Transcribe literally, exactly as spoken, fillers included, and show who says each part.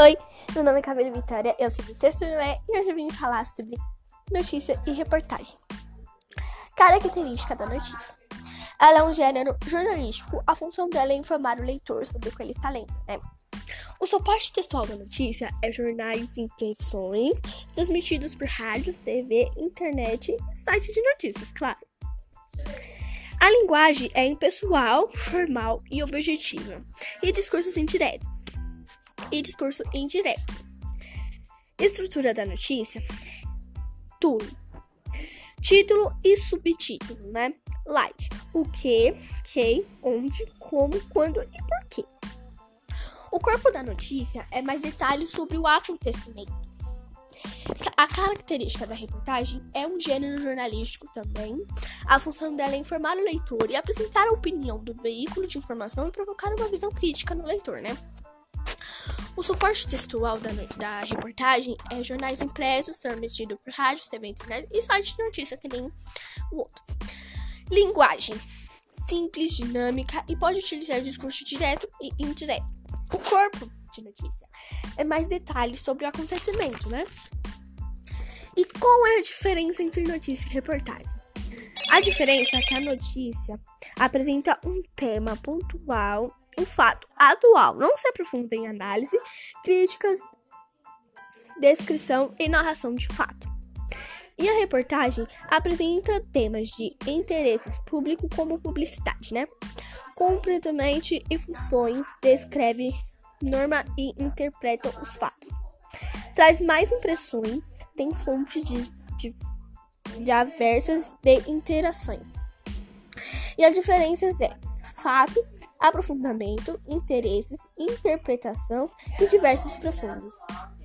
Speaker 1: Oi, meu nome é Camila Vitória, eu sou do sexto E e hoje eu vim falar sobre notícia e reportagem. Característica da notícia. Ela é um gênero jornalístico, a função dela é informar o leitor sobre o que ele está lendo, né? O suporte textual da notícia é jornais e impressões transmitidos por rádios, T V, internet e site de notícias, claro. A linguagem é impessoal, formal e objetiva, e discursos indiretos. E discurso indireto. Estrutura da notícia: tudo. Título e subtítulo, né? Light. O que, quem, onde, como, quando e por quê. O corpo da notícia é mais detalhes sobre o acontecimento. A característica da reportagem é um gênero jornalístico também. A função dela é informar o leitor e apresentar a opinião do veículo de informação e provocar uma visão crítica no leitor, né? O suporte textual da, da reportagem é jornais impressos, transmitido por rádios, T V, internet e sites de notícia, que nem o outro. Linguagem: simples, dinâmica e pode utilizar discurso direto e indireto. O corpo de notícia é mais detalhes sobre o acontecimento, né? E qual é a diferença entre notícia e reportagem? A diferença é que a notícia apresenta um tema pontual, um fato atual, não se aprofunda em análise, críticas, descrição e narração de fato. E a reportagem apresenta temas de interesses públicos como publicidade, né? Completamente e funções, descreve, norma e interpreta os fatos. Traz mais impressões, tem fontes de, de, diversas de interações. E a diferença é fatos, aprofundamento, interesses, interpretação e diversos profundos.